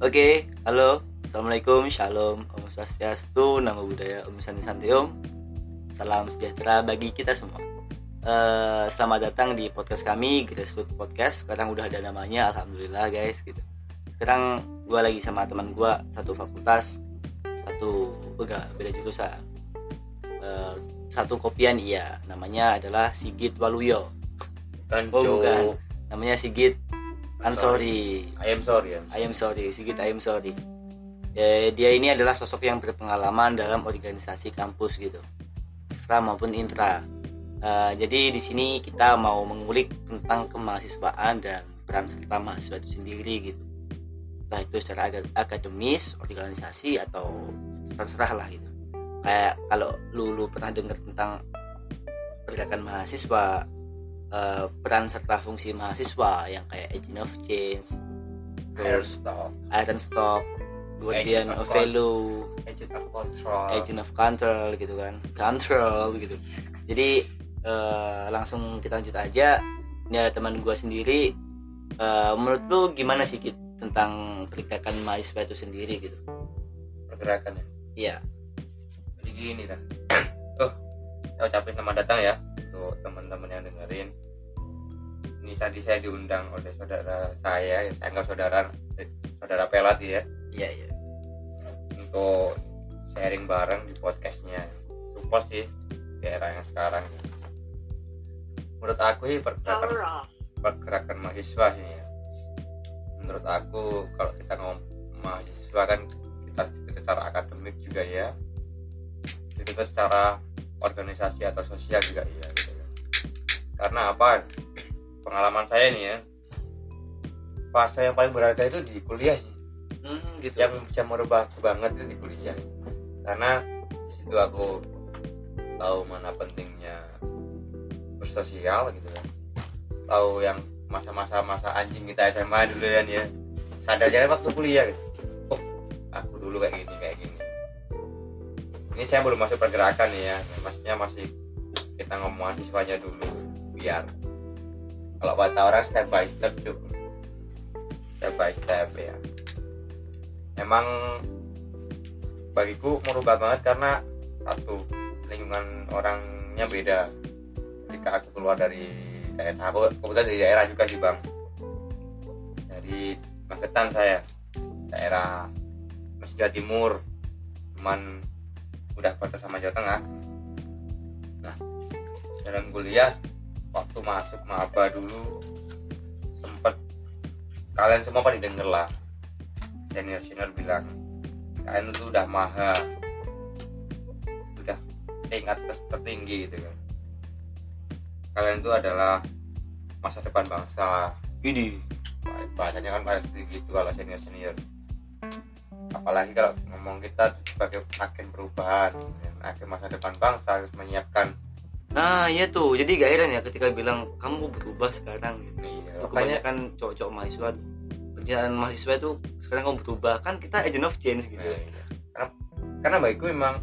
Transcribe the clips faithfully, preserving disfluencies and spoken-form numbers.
Oke, halo, assalamualaikum, shalom, om swastiastu, namo buddhaya, om santi santi om, salam sejahtera bagi kita semua. Uh, selamat datang di podcast kami, Grassroots Podcast. Sekarang udah ada namanya, alhamdulillah guys. Gitu. Sekarang gue lagi sama teman gue satu fakultas, satu enggak beda jurusan, uh, satu kopian iya, namanya adalah Sigit Waluyo. Bukan, oh bukan, namanya Sigit. I'm sorry. I am sorry. Ya. I am sorry. Sigit I am sorry. Ya, dia ini adalah sosok yang berpengalaman dalam organisasi kampus gitu, ekstra maupun intra. Uh, jadi di sini kita mau mengulik tentang kemahasiswaan dan peran serta mahasiswa itu sendiri gitu. Entah itu secara akademis, organisasi atau terserah lah gitu. Kayak kalau lu, lu pernah dengar tentang pergerakan mahasiswa, Uh, peran serta fungsi mahasiswa yang kayak agent of change, Iron Stock, Iron Stock, Guardian of, of Value, agent of control, agent of control gitu kan, control gitu. Jadi uh, langsung kita lanjut aja. Ini ada teman gue sendiri. Uh, menurut lu gimana sih Kit, tentang pergerakan mahasiswa itu sendiri gitu? Pergerakan ya? Iya. Jadi gini dah. Tuh, saya ucapin selamat datang ya untuk teman-teman yang dengerin. Ini tadi saya diundang oleh saudara saya, saya anggap saudara saudara Pelati ya. Iya iya. Untuk sharing bareng di podcastnya. Support sih di era yang sekarang. Menurut aku ini pergerakan pergerakan mahasiswa sih ya. Menurut aku kalau kita ngomong mahasiswa kan kita secara akademik juga ya. Kita secara organisasi atau sosial juga iya gitu. Karena apa? Pengalaman saya nih ya, fase yang paling berharga itu di kuliah sih. Hmm, gitu. Yang bisa merubah aku banget itu di kuliah. Karena di situ aku tahu mana pentingnya bersosial gitu ya. Tahu yang masa-masa masa anjing kita S M A dulu kan ya. Sadarnya waktu kuliah gitu. Oh, aku dulu kayak gini kayak gini. Ini saya belum masuk pergerakan nih ya. Maksudnya masih kita ngomong mahasiswanya dulu biar kalau kata orang step by step cukup step by step ya. Emang bagiku merubah banget karena satu, lingkungan orangnya beda. Ketika aku keluar dari daerah, aku kebetulan dari daerah juga sih bang, dari Magetan saya, daerah Masih Jawa Timur, cuman udah kota sama Jawa Tengah. Nah dalam kuliah waktu masuk maba dulu sempet kalian semua pada denger lah senior senior bilang kalian itu udah maha, udah tingkat tertinggi gitu kan, kalian itu adalah masa depan bangsa. Ini bahasanya kan pada gitu kalau senior senior, apalagi kalau ngomong kita sebagai agen perubahan, agen masa depan bangsa harus menyiapkan. Nah iya tuh, jadi gak heran ya ketika bilang kamu berubah sekarang gitu. Iya, Tuh, kebanyakan cowok-cowok mahasiswa tuh, perjalanan mahasiswa itu sekarang kamu berubah, kan kita agent of change gitu. Nah, iya. Karena, karena bagiku memang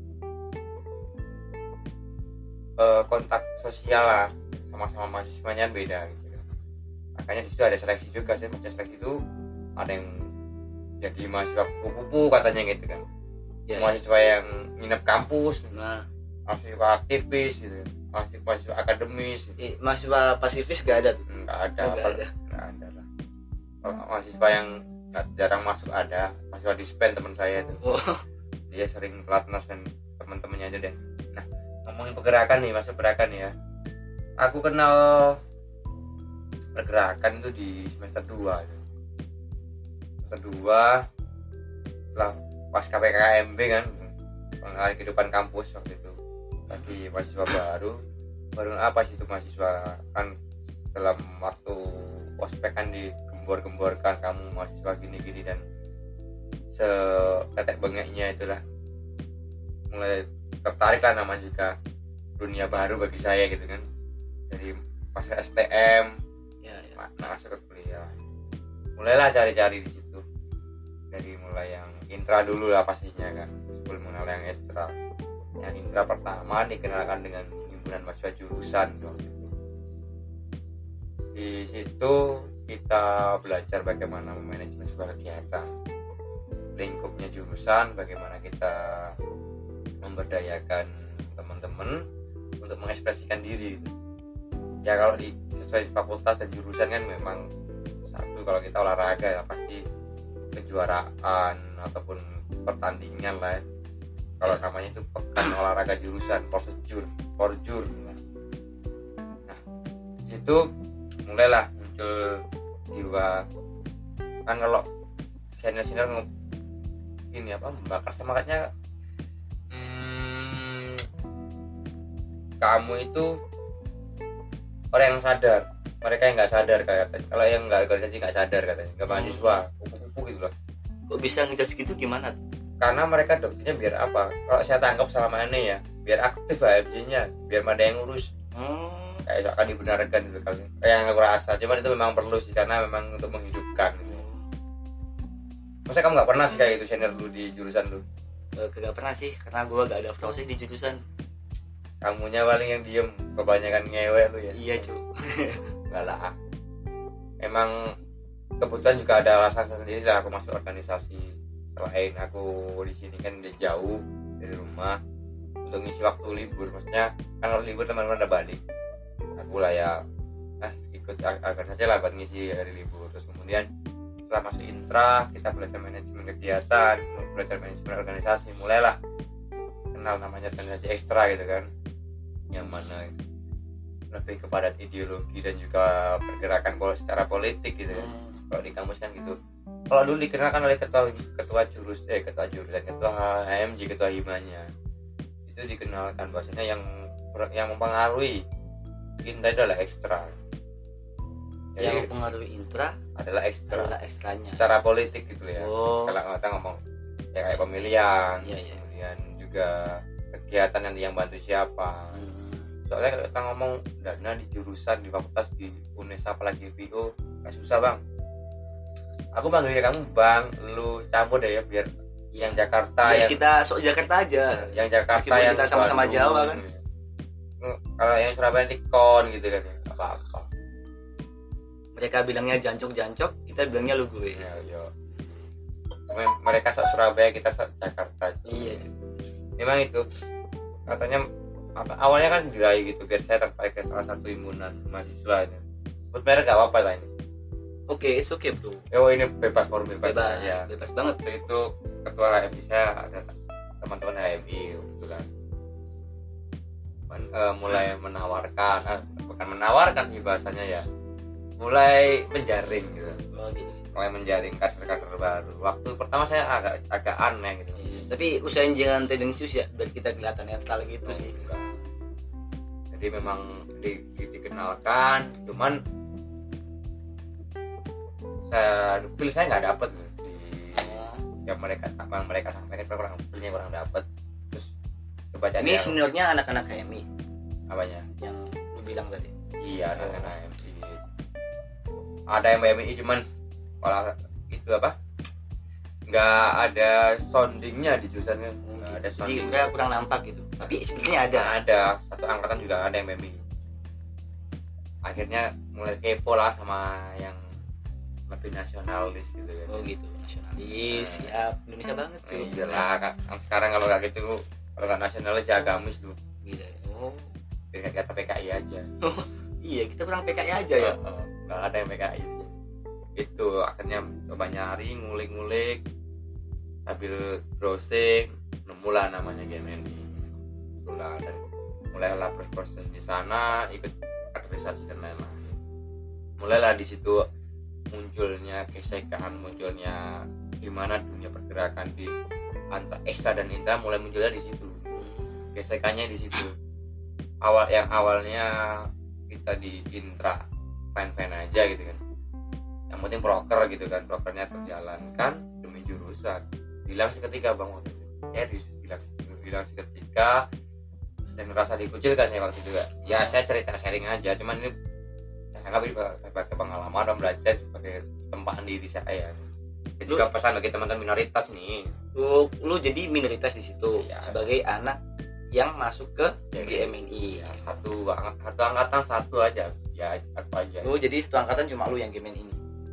uh, kontak sosial lah sama-sama mahasiswanya beda gitu. Makanya di situ ada seleksi juga sih, macam seleksi itu ada yang jadi mahasiswa kupu-kupu katanya gitu kan. Ya, mahasiswa yang nginep kampus. Nah mahasiswa aktivis gitu, mahasiswa, mahasiswa akademis gitu. Eh, mahasiswa pasifis gak ada tuh? Nggak ada, oh, nggak ada. Nggak ada lah. Mahasiswa yang jarang masuk ada, mahasiswa dispen teman saya tuh. Oh. Dia sering pelatnas dan teman-temannya aja deh. Nah ngomongin pergerakan nih, masuk pergerakan ya. Aku kenal pergerakan itu di semester dua. Semester dua setelah pas K P K M B kan, mengalami kehidupan kampus waktu itu. Lagi mahasiswa baru baru apa sih itu mahasiswa kan dalam waktu ospek kan digembor-gemborkan kamu mahasiswa gini-gini dan setetek bengeknya itulah mulai tertarik lah namanya juga dunia baru bagi saya gitu kan, dari pas S T M ya, ya. Masuk ke kuliah mulailah cari-cari di situ, dari mulai yang intra dulu lah pastinya kan sebelum mengenal yang ekstra. Yang intra pertama dikenalkan dengan himpunan mahasiswa jurusan dong. Di situ kita belajar bagaimana memanajemen sebuah kegiatan, lingkupnya jurusan, bagaimana kita memberdayakan teman-teman untuk mengekspresikan diri gitu. Ya kalau di sesuai fakultas dan jurusan kan memang satu, kalau kita olahraga ya pasti kejuaraan ataupun pertandingan lah ya. Kalau namanya itu pekan olahraga jurusan, porjur, porjur. Nah, di situ mulailah muncul jiwa, kan kalau senior-senior ini apa membakar semangatnya, hmm, kamu itu orang yang sadar, mereka yang nggak sadar katanya. Kalau yang nggak organisasi nggak sadar katanya, nggak mahasiswa, kupu-kupu gitu loh. Kok bisa ngejudge gitu gimana? Karena mereka dokternya biar apa? Kalau saya tangkap selama ini ya, biar aktif H M J-nya, biar ada yang ngurus. Hmm. Kayak akan dibenarkan gitu kali. Kayak yang aku rasa, cuman itu memang perlu sih karena memang untuk menghidupkan. Masa kamu nggak pernah sih kayak itu senior lu di jurusan lu? Gak pernah sih, karena gue gak ada proses di jurusan. Kamunya paling yang diem, kebanyakan ngewe lu ya. Iya cu. Enggak lah. Emang kebetulan juga ada alasan sendiri lah aku masuk organisasi. Selain aku di sini kan udah jauh dari rumah untuk ngisi waktu libur, maksudnya kan kalau libur teman-teman udah balik. Aku lah ya, ah ikut organisasi lah buat ngisi hari libur. Terus kemudian setelah masuk intra, kita belajar manajemen kegiatan, belajar manajemen organisasi, mulailah kenal namanya organisasi ekstra gitu kan, yang mana lebih kepada ideologi dan juga pergerakan secara politik gitu kan. Hmm. Kalau di kampus kan gitu. Kalau dulu dikenalkan oleh ketua ketua jurus eh ketua jurusan, ketua H M J, ketua himanya, itu dikenalkan bahwasanya yang yang mempengaruhi intra adalah ekstra. Jadi, yang mempengaruhi intra adalah ekstra, adalah ekstranya secara politik gitu ya. Oh. Kalau kita ngomong ya kayak pemilihan, ya, ya. kemudian juga kegiatan nanti yang bantu siapa. Hmm. Soalnya kalau kita ngomong dana di jurusan, di fakultas, di UNES apalagi V O, gak susah bang. Aku panggil kamu bang, lu cabut deh ya biar yang Jakarta ya, yang kita sok Jakarta aja. Yang Jakarta meskipun yang kita sama-sama Jawa kan. Kalau yang Surabaya di kon gitu kan ya, apa-apa. Mereka bilangnya jancok-jancok, kita bilangnya lu gue. Ya, yo. Mereka sok Surabaya, kita sok Jakarta. Iya, cuy. Memang itu katanya apa, awalnya kan diraih gitu biar saya tertarik ke salah satu himpunan mahasiswa ini. Sebut merek gak apa-apa lah ini. Oke, okay, it's okay bro. Oh ini bebas forum bebas, bebas ya. Bebas banget. Itu ketua H M I saya ada teman-teman H M I kebetulan. Men, uh, mulai menawarkan, uh, bukan menawarkan sih bahasanya ya, mulai menjaring gitu. Oh, gitu. Mulai menjaring kader-kader baru. Waktu pertama saya agak agak aneh gitu. Iya. Tapi usahain jangan tendensius ya, biar kita kelihatan netral gitu oh, sih. Enggak. Jadi memang di, di, dikenalkan, cuman saya dupil saya nggak dapet di oh. yang mereka yang mereka sampaikan kurang dupilnya kurang dapet. Terus coba cari ini seniornya anak-anak H M I apanya yang lu bilang tadi. Iya anak-anak H M I ada yang H M I cuman malah itu apa nggak ada soundingnya di jurusannya, nggak ada sounding. Jadi mereka kurang nampak gitu, tapi sebenarnya ada ada satu angkatan juga ada yang H M I. Akhirnya mulai kepo lah sama yang lebih nasionalis gitu kan. Oh gitu, nasionalis, nah, siap Indonesia banget cuy. Iya lah, kan sekarang kalau nggak gitu, kalau nggak nasionalis ya agamis tuh. Gitu. Oh, biar kata P K I aja. Oh, iya kita kurang P K I aja ya. Oh, oh, nggak ada yang P K I. Itu akhirnya coba nyari, ngulik-ngulik, sambil browsing, nemulah namanya G M N I. Itulah dan mulailah proses di sana, ikut kaderisasi dan lain-lain. Mulailah di situ munculnya gesekan, munculnya gimana dunia pergerakan di antara ekstra dan intra mulai munculnya di situ. Gesekannya di situ. Awal yang awalnya kita di intra fine-fine aja gitu kan. Yang penting proker gitu kan, prokernya terjalankan demi jurusan. Bilang seketika bang waktu itu. Ya bilang, bilang seketika dan merasa dikucilkan ya waktu itu juga. Ya saya cerita sharing aja, cuman ini anggap sebagai pengalaman dan belajar sebagai tempaan diri saya. Dan juga pesan bagi teman-teman minoritas nih. Lu, lu jadi minoritas di situ ya, sebagai anak yang masuk ke G M N I. Ya, satu satu angkatan satu aja. Ya aku aja. Oh jadi satu angkatan cuma lu yang G M N I.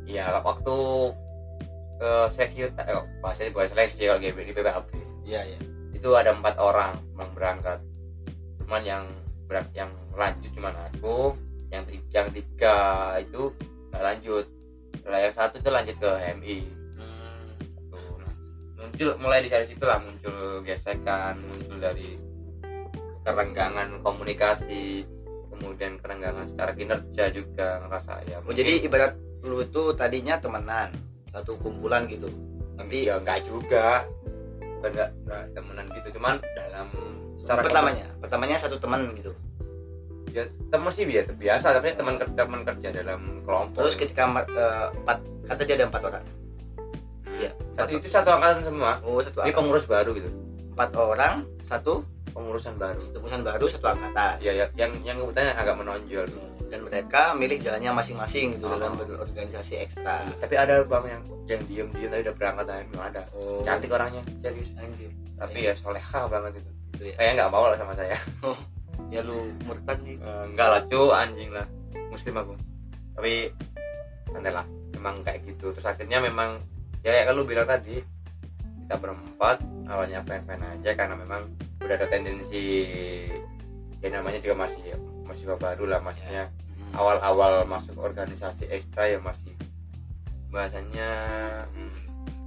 Iya, waktu ke seleksi eh, bahasanya bukan seleksi kalau G B di B P A B. Iya, iya. Itu ada empat orang yang berangkat. Cuman yang berat yang lanjut cuman aku, yang yang tiga itu nggak lanjut. Setelah yang satu itu lanjut ke H M I. Hmm. Tuh, nah, muncul mulai dari situ lah muncul gesekan, muncul dari kerenggangan komunikasi, kemudian kerenggangan secara kinerja juga ngerasa ya. Oh, jadi ibarat lu itu tadinya temenan, satu kumpulan gitu. Tapi ya enggak juga. Enggak, enggak temenan gitu, cuman dalam secara pertamanya, kom- pertamanya satu teman gitu. Ya teman sih biasa, biasa tapi teman kerja teman kerja dalam kelompok. Terus ketika uh, empat kata dia ada empat orang. Iya. Hmm. Satu itu satu angkatan semua. Oh, satu ini angkatan. Pengurus baru gitu. Empat orang, satu pengurusan baru. pengurusan baru, satu angkatan. Iya, ya, yang yang kebetulan agak menonjol. Dan mereka milih jalannya masing-masing gitu oh. dalam berorganisasi ekstra. Tapi ada bang yang yang diem-diem tadi udah berangkat aja ada. Oh. Cantik orangnya, serius. Anjir. Tapi ya soleha banget itu. Gitu ya. Kayak nggak mau lah sama saya. Ya lu murtad nih. Uh, enggak lah cu, anjing lah. Muslim aku. Tapi santai lah. Memang kayak gitu. Terus akhirnya memang ya kayak lu bilang tadi, kita berempat awalnya fan-fan aja karena memang udah ada tendensi ya namanya juga masih masih baru lah maksudnya. Hmm. Awal-awal masuk organisasi ekstra ya masih bahasanya hmm,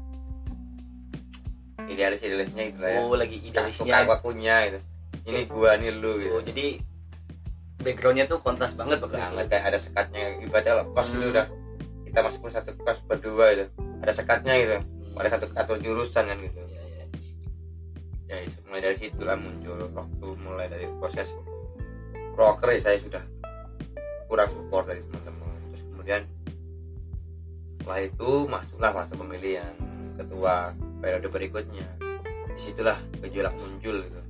idealis-idealisnya gitu lah ya. Oh, lagi idealisnya. Suka wakunya gitu. Ini gua nih lu gitu. Oh, jadi backgroundnya tuh kontras banget banget kayak ada sekatnya ibaratnya kos dulu hmm. udah kita masuk pun satu kos berdua gitu ada sekatnya gitu hmm. ada satu satu jurusan kan gitu ya, ya. Ya itu mulai dari situ lah muncul waktu mulai dari proses broker ya saya sudah kurang support dari teman-teman terus kemudian setelah itu masuklah masa pemilihan ketua periode berikutnya disitulah gejolak muncul gitu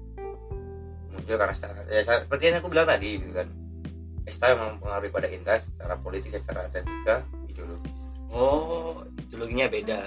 muncul karena ya, seperti yang aku bilang tadi gitu kan Esta yang mempengaruhi pada Inta secara politik secara dan juga ideologi. Oh, ideologinya beda.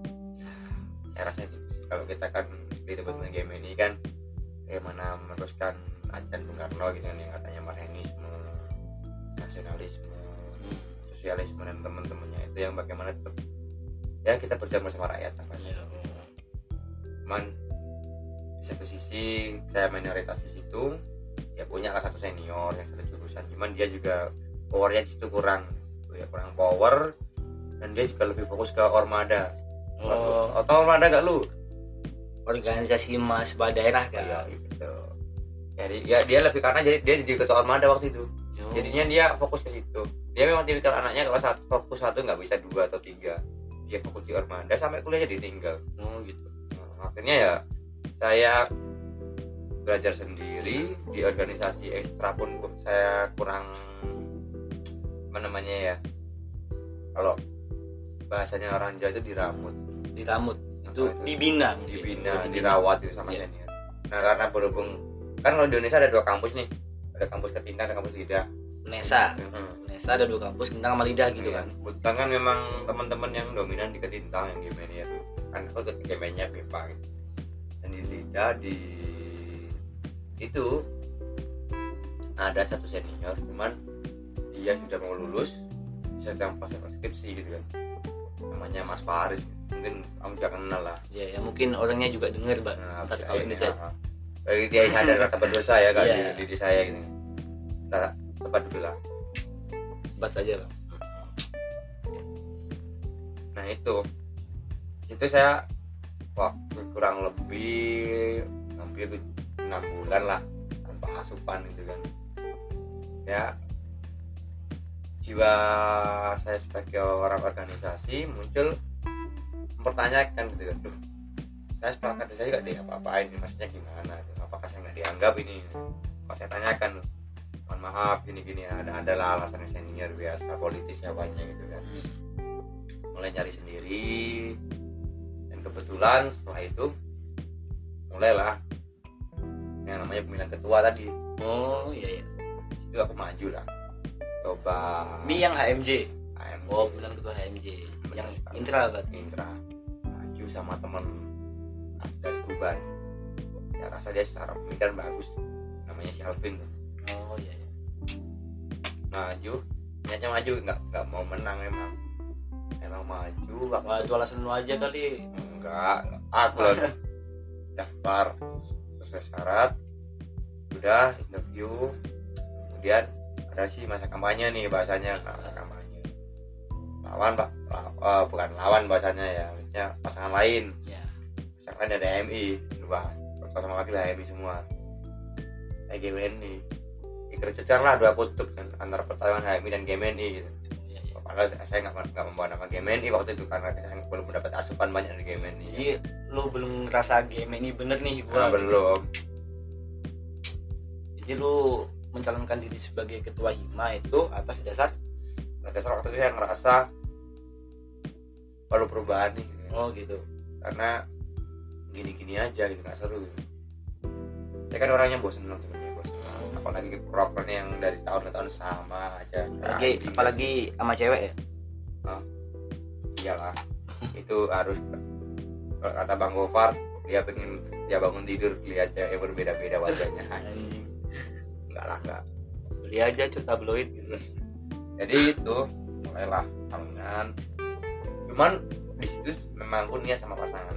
Saya rasa gitu. Kalau kita kan di tempat main game ini kan bagaimana meneruskan ajaran Bung Karno gitu kan yang katanya marxisme, nasionalisme, hmm. sosialisme dan teman-temannya itu yang bagaimana tetap ya kita berjalan bersama rakyat namanya. Ya. Cuman di satu sisi saya minoritas di situ ya punya lah satu senior yang satu jurusan cuman dia juga powernya di situ kurang ya kurang power dan dia juga lebih fokus ke ormada. Oh, atau ormada gak lu? Organisasi mahasiswa daerah kan? Ya, gitu. Jadi ya dia lebih karena jadi dia jadi ketua ormada waktu itu. Oh. Jadinya dia fokus ke situ. Dia memang tipikal anaknya kalau satu fokus satu nggak bisa dua atau tiga. Dia fokus di ormada sampai kuliahnya ditinggal. Oh gitu. Nah, akhirnya ya saya belajar sendiri di organisasi ekstra pun saya kurang apa namanya ya kalau bahasanya orang Jawa itu diramut diramut itu dibina dibina dirawat itu sama yeah. Senior. Nah karena berhubung kan kalau di Indonesia ada dua kampus nih ada kampus Ketintang ada kampus Lidah Nesa hmm. Nesa ada dua kampus Ketintang sama Lidah gitu yeah. Kan kebetulan kan memang teman-teman yang dominan di Ketintang yang gimana ya kan aku tuh gamenya pipa gitu. Dan di Lidah di itu ada satu senior cuman dia sudah mau lulus sedang pas skripsi gitu kan namanya Mas Faris mungkin kamu juga kenal lah ya ya mungkin orangnya juga dengar mbak nah, ntar kalau ini teh dari dia sadar rasa berdosa ya kan yeah. di diri saya gitu nah sempat dulu lah sempat saja bang nah itu itu saya waktu kurang lebih hampir enam bulan lah tanpa asupan gitu kan ya jiwa saya sebagai orang organisasi muncul mempertanyakan gitu kan duh saya sepakat saya gak di apa-apain ini maksudnya gimana apakah saya nggak dianggap ini pas saya tanyakan mohon maaf gini-gini ada adalah alasan senior biasa politis banyak gitu kan mulai nyari sendiri dan kebetulan setelah itu mulailah yang namanya pemilihan ketua tadi. Oh iya iya. Itu aku maju lah. Coba. Ini yang H M J. H M J. Oh pemilihan ketua H M J. Yang intra berarti. Intra. Maju sama teman dari Tuban. Ya rasa dia secara pemikiran bagus. Namanya si Alvin. Oh iya iya. Maju. Niatnya maju nggak nggak mau menang emang. emang maju waktu Wah, itu alasan lu aja kali. enggak aku lagi daftar sesuai syarat, udah interview, kemudian ada sih masa kampanye nih bahasanya, masa kampanye lawan pak la- eh, bukan lawan bahasanya ya, maksudnya pasangan lain, Ya. pasangan lain ada H M I dua pasangan laki lah H M I semua, kayak G M N I dikerucutkan lah dua kutub kan antara pertarungan H M I dan G M N I gitu. Ya, ya. Padahal saya nggak nggak membawa nama G M N I waktu itu karena saya belum mendapat asupan banyak dari G M N I. Jadi lu belum ngerasa game ini bener nih Nah, gua. belum. Jadi lu mencalonkan diri sebagai ketua Hima itu atas dasar Pada dasar waktu itu saya ngerasa perlu perubahan nih, oh gitu. karena gini-gini aja gitu nggak seru. Gitu. Saya kan orangnya bosen loh sebenarnya, bosen. Hmm. Apalagi prokernya yang dari tahun ke tahun sama aja. Apalagi Anjing, apalagi sama cewek ya. iyalah itu harus, kalau kata Bang Gofar dia pengen dia bangun tidur lihat cewek berbeda-beda wajahnya. Anjing. Enggak lah, enggak. Beli aja cut tabloid gitu. Jadi itu mulailah tangan. Cuman di situ memang aku niat sama pasangan.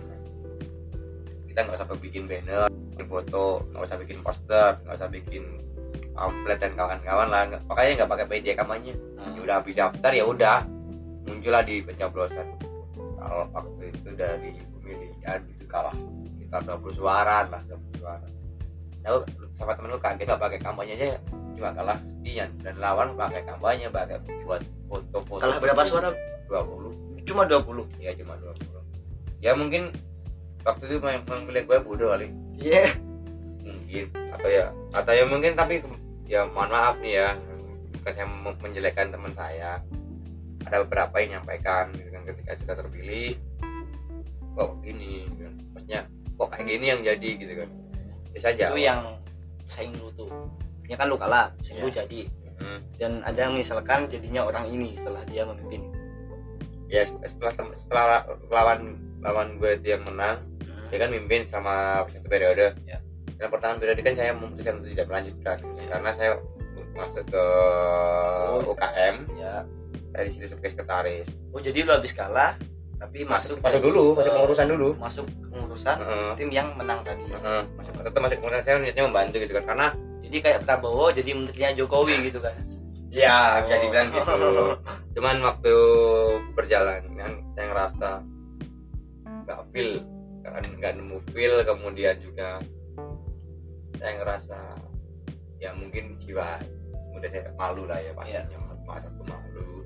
Kita nggak usah bikin banner, bikin foto, nggak usah bikin poster, nggak usah bikin pamflet dan kawan-kawan lah. Nggak- Makanya nggak pakai media kampanye. Hmm. Ya udah habis daftar ya udah muncullah di pencoblosan. Kalau waktu itu dari pemilihan itu kalah kita dua puluh suara lah, dua puluh suara. Nah, sama temen lu kaget nggak pakai kampanye aja cuma kalah sekian, dan lawan pakai kampanye pakai buat foto-foto. Kalah berapa suara? dua puluh. Cuma dua puluh. Ya cuma dua puluh. Ya mungkin waktu itu memilih gue bodoh kali. Iya. Mungkin atau ya atau ya mungkin, tapi ya mohon maaf nih ya, bukan saya mau menjelekkan teman saya. Ada beberapa yang nyampaikan gitu kan, ketika kita terpilih kok gini gitu kan. Maksudnya kok kayak gini yang jadi gitu kan. Bisa aja. Itu yang pesaing lu tuh. Ya kan lu kalah, pesaing Iya. lu jadi. Hmm. Dan ada yang misalkan jadinya orang ini setelah dia memimpin. Ya setelah tem- setelah lawan lawan gue itu yang menang, dia kan mimpin sama satu periode. Ya. Dan pertahanan periode kan saya memutuskan untuk tidak melanjutkan karena saya masuk ke Oh. U K M, Ya. saya di situ sebagai sekretaris. Oh jadi lu habis kalah tapi masuk Masuk dulu, masuk ke- pengurusan dulu. Masuk pengurusan Heeh. tim yang menang tadi. Heeh. Masuk tetap masuk pengurusan, saya niatnya membantu gitu kan, karena Jadi kayak Prabowo jadi menterinya Jokowi gitu kan. ya bisa Oh. dibilang gitu. Cuman waktu perjalanan saya ngerasa nggak feel, nggak nggak nemu feel, kemudian juga saya ngerasa ya mungkin jiwa muda saya malu lah ya pastinya, masa aku malu.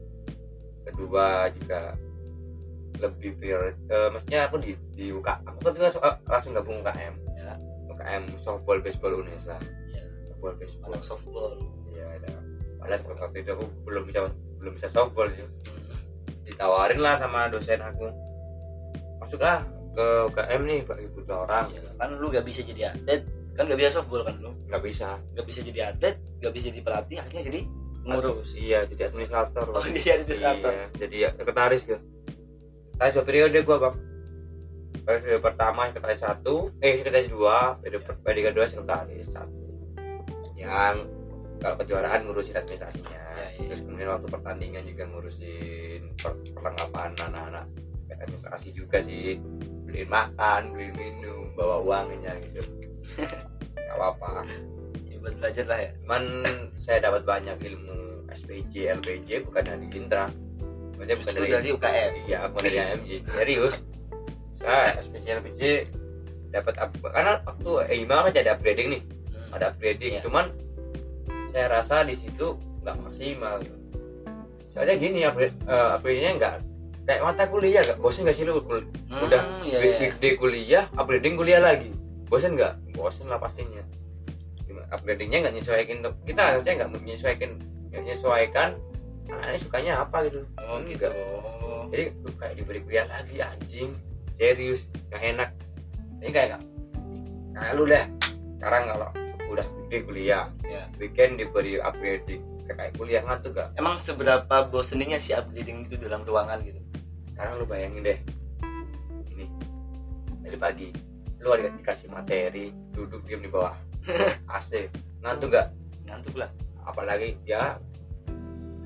Kedua juga lebih prior, eh, maksudnya aku di di U K, aku kan langsung, langsung gabung U K M, Ya. U K M softball baseball Unesa, Ya. softball baseball. Anak softball. Iya ada. Padahal waktu itu aku belum bisa belum bisa softball ya. Ditawarin lah sama dosen aku, masuklah ke U K M nih bagi butuh orang. Ya, kan lu gak bisa jadi atlet, kan gak bisa softball kan lu. Nggak bisa. Gak bisa jadi atlet, gak bisa jadi pelatih, akhirnya jadi ngurus. Iya, jadi administrator. Oh dia administrator. Iya, jadi ya sekretaris gitu. Saya dua periode gua bang. Periode pertama sekretaris satu, eh sekretaris dua, periode, per- periode kedua sekretaris satu. Yang kalau kejuaraan ngurusin administrasinya, Ya, iya. terus kemudian waktu pertandingan juga ngurusin per- perlengkapan anak-anak, kayak administrasi juga sih, beliin makan, beliin minum, bawa uangnya gitu. Gak apa-apa. Ya, buat belajar lah ya. Cuman saya dapat banyak ilmu S P J, L P J bukan dari Intra. Maksudnya bukan Itu dari, dari U K M. Iya, bukan dari A M J. Serius. Saya S P J, L P J dapat up- karena waktu eh gimana kan ada upgrading nih, Hmm. ada upgrading. Iya. Cuman saya rasa di situ nggak maksimal. Soalnya gini upgrade, uh, upgradingnya nggak kayak mata kuliah, nggak bosen nggak sih lu kul- Hmm, udah ya, di, ya. di kuliah, upgrading kuliah lagi, bosen nggak? Bosen lah pastinya. Gimana, upgradingnya nggak nyesuaikan untuk kita, harusnya nggak menyesuaikan, nggak menyesuaikan anaknya sukanya apa gitu. Oh gitu. Enggak. Jadi lu kayak diberi kuliah lagi anjing, serius nggak enak. Ini kayak nggak kayak lu deh sekarang kalau udah gede kuliah, Ya. weekend diberi upgrading kayak kuliah ngantuk gak? Emang seberapa bosennya si upgrading itu dalam ruangan gitu? Sekarang lu bayangin deh, ini dari pagi lu ada dikasih materi, duduk diam di bawah A C, ngantuk gak? Ngantuk lah. Apalagi ya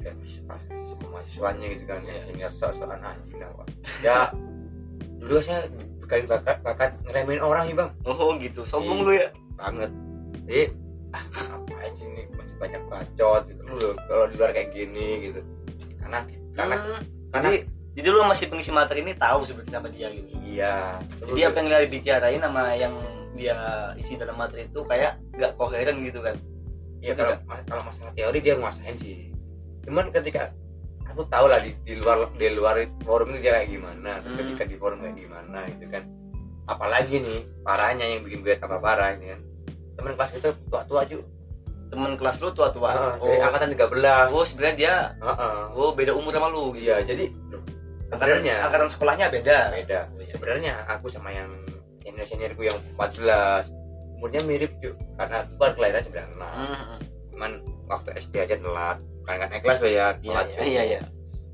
kayak sama mahasiswanya gitu kan ya, sehingga sok-sokan anjing lah Pak. Ya dulu saya bukan bakat bakat ngeremehin orang ya bang. Oh gitu, sombong lu ya banget. Jadi ah apa sih ini masih banyak bacot gitu lu kalau di luar kayak gini gitu. Karena karena hmm, karena jadi, jadi lu masih pengisi materi ini tahu sebenarnya sama dia gitu. iya. Jadi apa yang dia bicarain sama yang dia isi dalam materi itu kayak gak koheren gitu kan. Ya kalau kalau masalah teori dia nguasain sih. Cuman ketika aku tahu lah di, di luar di luar forum ini dia kayak gimana, terus hmm. ketika di forum kayak gimana gitu kan. Apalagi nih parahnya yang bikin gue tambah parah ini kan. Temen kelas kita tua-tua juga. Temen kelas lu tua-tua. Uh, oh. Dari angkatan tiga belas. Oh, sebenarnya dia uh-uh. oh beda umur sama lu gitu. Iya, jadi sebenarnya angkatan sekolahnya beda. Beda. Sebenarnya aku sama yang senior-seniorku yang empat belas umurnya mirip juga karena itu kan kelahiran sembilan puluh enam. Hmm. Cuman waktu S D aja telat. Kan kan naik kelas ya. Iya, iya, iya.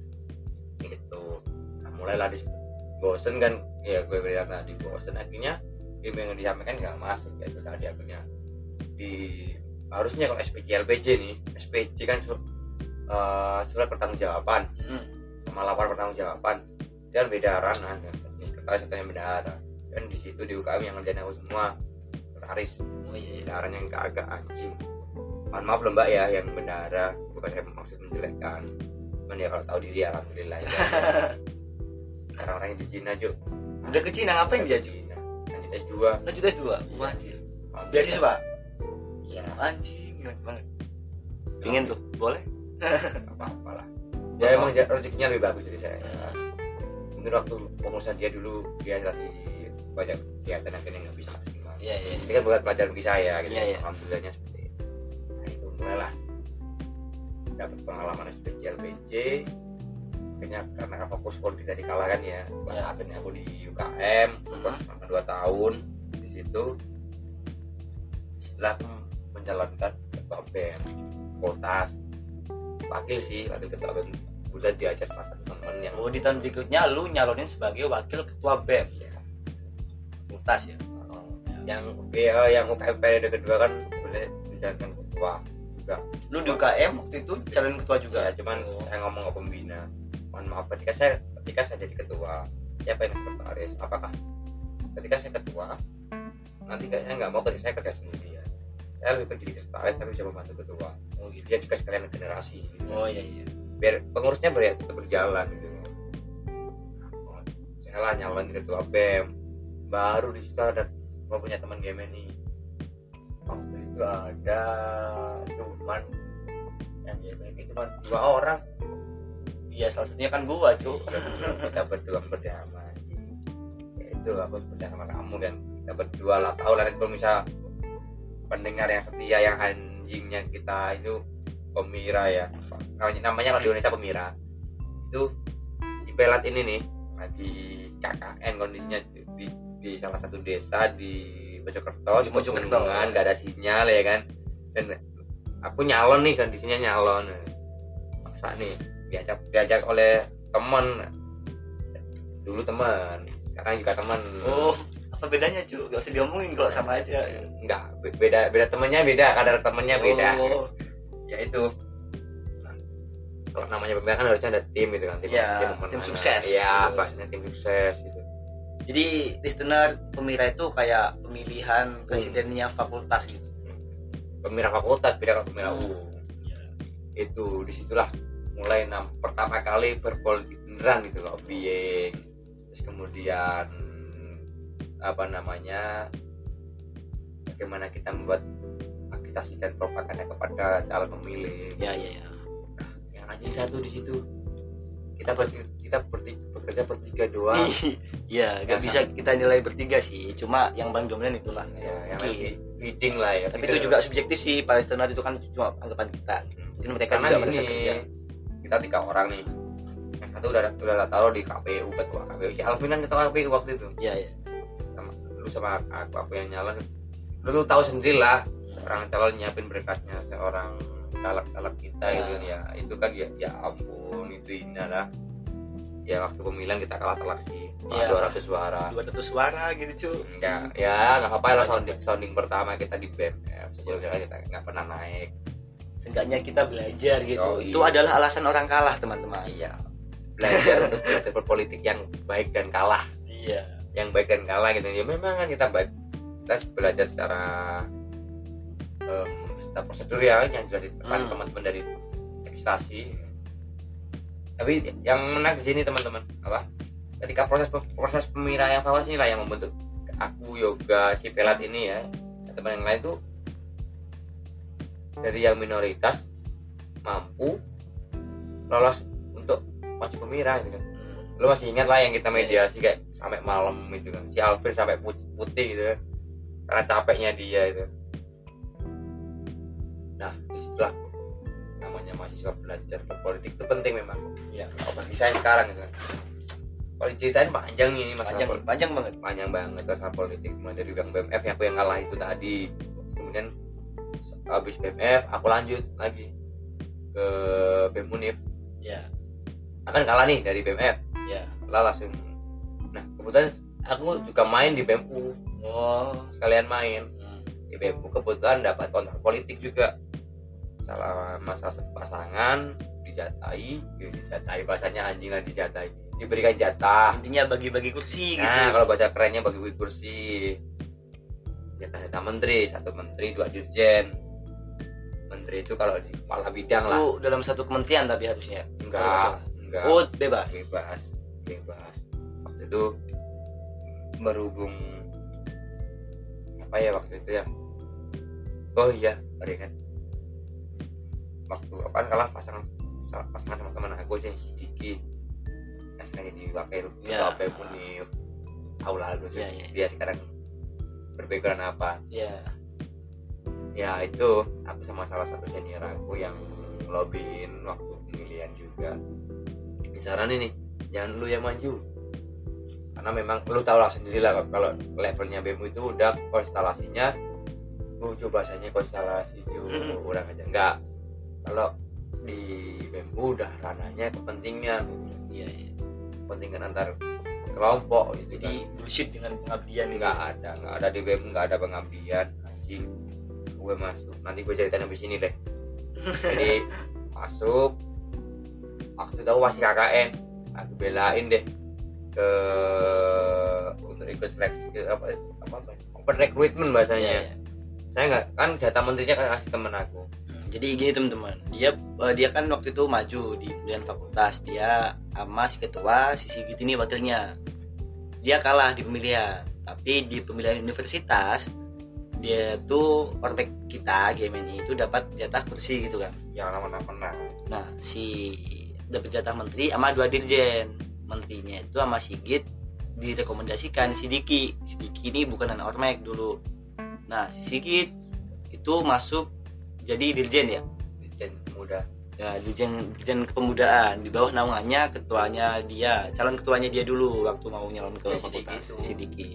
Gitu. Nah, mulailah di bosen kan ya gue bilang tadi bosen akhirnya ilmu yang disampaikan nggak masuk ya itu tadi akhirnya di harusnya kalau S P C L P J nih S P C kan sur, uh, surat pertanggungjawaban hmm. sama laporan pertanggungjawaban dan beda ranah kan sekretaris atau yang bendahara dan di situ di U K M yang ngerjain aku semua sekretaris oh iya bendaharanya yang agak anjing mohon maaf loh mbak ya yang bendahara bukan saya maksud menjelekkan cuman ya kalau tahu diri alhamdulillah ya. Orang-orang yang di Cina juga udah ke Cina ngapain dia Cina lanjut S dua lanjut S dua wah anjir beasiswa iya anjing gimana banget pingin tuh boleh apa-apa lah ya emang rezekinya lebih bagus dari saya ya. Mungkin waktu pengurusan dia dulu dia lagi banyak kegiatan akhirnya nggak bisa maksimal iya iya ini kan buat pelajaran bagi saya gitu ya, ya. Alhamdulillahnya seperti itu nah itu mulailah dapat pengalaman S P C L P J akhirnya karena fokus pun kita dikalahkan ya, ya. Akhirnya aku di U K M selama hmm. dua tahun di situ setelah menjalankan ketua B E M kotas wakil sih wakil ketua B E M udah diajak sama teman-teman yang oh di tahun berikutnya lu nyalonin sebagai wakil ketua B E M ya kotas ya oh, yang uh, yang U K M periode kedua kan boleh dijalankan ketua juga lu di U K M waktu itu calon ketua juga ya, cuman oh. saya ngomong ke pembina mohon maaf ketika saya ketika saya jadi ketua siapa yang sekretaris apakah ketika saya ketua nanti saya nggak mau ketika saya kerja sendiri ya saya lebih pengen jadi sekretaris tapi bisa membantu ketua oh gitu dia juga sekalian generasi gitu. Oh iya iya biar pengurusnya biar tetap berjalan gitu nah, saya lah nyalon ketua B E M baru di situ ada mau punya teman G M N I waktu itu ada cuman yang G M N I cuma dua orang. Iya salah satunya kan gua cuy kita berdua berdama ya itu aku berdua sama kamu kan kita berdua lah tahu lah kalau misal pendengar yang setia yang anjingnya kita itu Pemira ya namanya kalau di Indonesia Pemira itu si Pelat ini nih lagi K K N kondisinya di, di salah satu desa di Mojokerto di Mojokerto kan gak ada sinyal ya kan dan aku nyalon nih kondisinya nyalon maksa nih diajak diajak oleh teman dulu teman sekarang juga teman oh apa bedanya cuy gak usah diomongin kalau sama aja enggak beda beda temannya beda kadar temannya beda oh. Ya itu nah, kalau namanya pemilihan kan harusnya ada tim gitu kan tim, ya, tim, tim sukses ya bahasanya tim sukses gitu jadi listener Pemira itu kayak pemilihan presidennya hmm. fakultas gitu Pemira fakultas beda kalau Pemira U hmm. Ya. Itu disitulah mulai enam pertama kali berpolitik beneran gitu loh lobbying terus kemudian apa namanya bagaimana kita membuat agitasi dan propaganda kepada calon pemilih ya ya ya nah, yang anjing satu di situ kita ber, kita bertiga, bekerja bertiga doang iya nggak bisa kita nilai bertiga sih cuma yang paling dominan itulah ya yang okay. Leading lah ya tapi itu juga subjektif sih Palestina itu kan cuma anggapan kita mungkin mereka karena juga merasa kerja kita tiga orang nih yang satu udah udah taruh di K P U ketua K P U si Alvin kan ketua K P U waktu itu iya iya sama lu sama aku, aku yang nyalon lu, lu tahu sendiri lah seorang calon nyiapin berkasnya seorang caleg-caleg kita ya. Gitu ya itu kan ya ya ampun itu indah lah ya waktu pemilihan kita kalah telak sih ya, dua ratus suara dua ratus suara gitu cuy enggak ya nggak apa-apa lah sounding sounding pertama kita di B E M ya sebelumnya kita nggak pernah naik seenggaknya kita belajar gitu. Oh, Itu iya. adalah alasan orang kalah, teman-teman. Iya, belajar untuk belajar berpolitik yang baik dan kalah, Iya. yang baik dan kalah gitu ya. Memang kan kita baik, kita belajar secara um, secara prosedur ya yang sudah diterapkan Hmm. teman-teman dari legislasi. Tapi yang menarik di sini teman-teman apa? Ketika proses proses pemilihan evaluasi inilah yang membentuk aku, Yoga, si Pelat ini ya, teman yang lain tuh dari yang minoritas mampu lolos untuk maju pemirsa gitu kan. Hmm. Lu masih ingat lah yang kita mediasi kayak sampai malam itu kan, si Alvin sampai putih-putih gitu kan, karena capeknya dia itu. Nah disitulah namanya mahasiswa belajar berpolitik itu penting memang Iya. kalau bagi saya sekarang gitu kan. Kalau diceritain panjang ini masalah Panjang, politik, panjang banget. panjang banget masalah politik, mulai dari Bang B M F yang aku yang ngalah itu tadi, kemudian habis B M F aku lanjut lagi ke B M Unif, Ya, akan kalah nih dari B M F, ya. kalah langsung. Nah kebetulan aku juga main di B M U, Oh. sekalian main Hmm. di B M U, kebetulan dapat kontrak politik juga, salah masalah satu pasangan dijatai, ya dijatai bahasanya anjing lah, dijatai, diberikan jatah. Intinya bagi-bagi kursi gitu. Nah kalau bahasa kerennya bagi kursi, jatah-jatah menteri, satu menteri dua dirjen. Menteri itu kalau di kepala bidang lah. Itu dalam satu kementerian tapi harusnya. Enggak, enggak. Oh, bebas. Bebas, bebas. Waktu itu berhubung apa ya waktu itu ya? Oh iya, baru ingat. Waktu apaan kalah pasangan pasangan sama teman aku aja si Diki. Nah, sekarang jadi wakil Ya. ketua B M Unif. Tahu lah lu sih. Ya, ya. Dia sekarang berbackground apa? Ya. Ya itu aku sama salah satu senior aku yang lobbyin waktu pemilihan juga, disaranin nih jangan lu yang maju, karena memang lu tau lah sendiri lah kalau levelnya B M U itu udah konstelasinya, lu coba bahasanya konstelasi Hmm. cu udah aja enggak, kalau di B M U udah ranahnya kepentingan, Iya, iya. kepentingan antar kelompok gitu. Jadi bullshit dengan pengabdian kan gitu. nggak ada nggak ada di B M U, nggak ada pengabdian anjing. Gue masuk, nanti gue ceritain habis ini deh. Jadi masuk waktu itu aku masih K K N, aku belain deh ke untuk ikut seleksi ke apa apa apa open recruitment bahasanya. Iya, iya. Saya nggak, kan jatah menterinya kan kasih temen aku. Jadi gini teman-teman, dia eh, dia kan waktu itu maju di pemilihan fakultas, dia sama si ketua, si Sigit ini wakilnya. Dia kalah di pemilihan, tapi di pemilihan universitas dia tuh orpek kita G M N I itu dapat jatah kursi gitu kan. Yang lama pernah. Nah si dapat jatah menteri sama dua dirjen, menterinya itu sama Sigit direkomendasikan si Diki. Si Diki ini bukan anak ormek dulu. Nah si Sigit itu masuk jadi dirjen ya. Dirjen muda. Ya, dirjen dirjen kepemudaan, di bawah naungannya ketuanya dia, calon ketuanya dia dulu waktu mau nyalon ke Ya, si Diki fakultas itu. si Diki.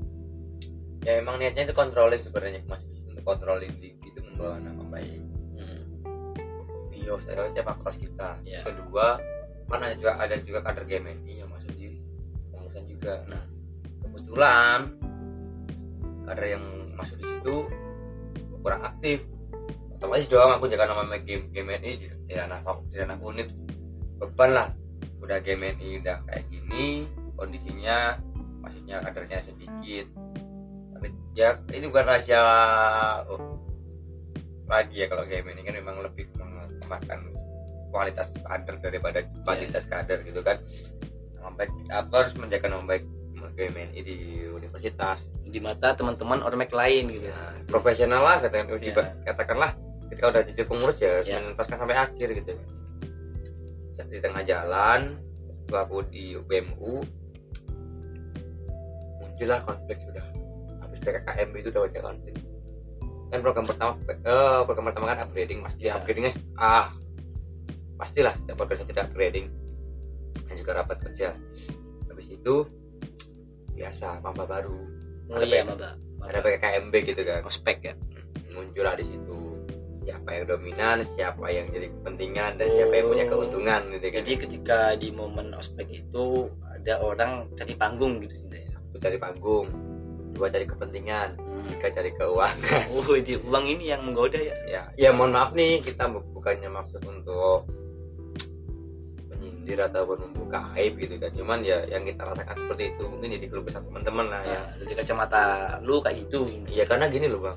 Ya emang niatnya itu controlling sebenarnya, mas, untuk controlling di itu membawa nama baik. Hmm. Iya, saya aja fakultas kita. Ya. Kedua, mana ada juga ada juga kader G M N I yang masuk di pengurusan juga. Nah, kebetulan kader yang masuk di situ kurang aktif. Otomatis dong aku jaga nama G M N I di ranah di ranah unit, beban lah. Udah G M N I udah kayak gini kondisinya, maksudnya kadernya sedikit. Tapi ya ini bukan rahasia oh, lagi ya, kalau G M N I kan memang lebih mengutamakan kualitas kader daripada kuantitas kader gitu kan. Nama baik, aku harus menjaga nama baik G M N I di universitas. Di mata teman-teman ormek lain gitu. Ya, profesional lah katakan, Ya. katakanlah ketika udah jadi pengurus ya, Ya. menuntaskan sampai akhir gitu. Di tengah jalan waktu aku di U B M U muncullah konflik, sudah habis P K K M B itu udah ada konflik. Kan program pertama eh, program pertama kan upgrading, pasti Ya. upgradingnya ah pastilah setiap organisasi ada upgrading dan juga rapat kerja. Habis itu biasa maba baru, Oh ada iya, P- Maba. ada P K K M B gitu kan. Ospek ya. Muncullah di situ siapa yang dominan, siapa yang jadi kepentingan, dan siapa yang punya keuntungan gitu kan. Jadi ketika di momen ospek itu ada orang cari panggung gitu gitu ya. Satu cari panggung, dua cari kepentingan, Hmm. jika cari keuangan. Oh, di uang ini yang menggoda ya. Ya, ya mohon maaf nih, kita bukannya maksud untuk menyindir ataupun membuka aib gitu kan. Cuman ya yang kita rasakan seperti itu, mungkin jadi keluh kesah teman-teman lah ya. Nah, dari kacamata lu kayak gitu. Iya, karena gini loh Bang.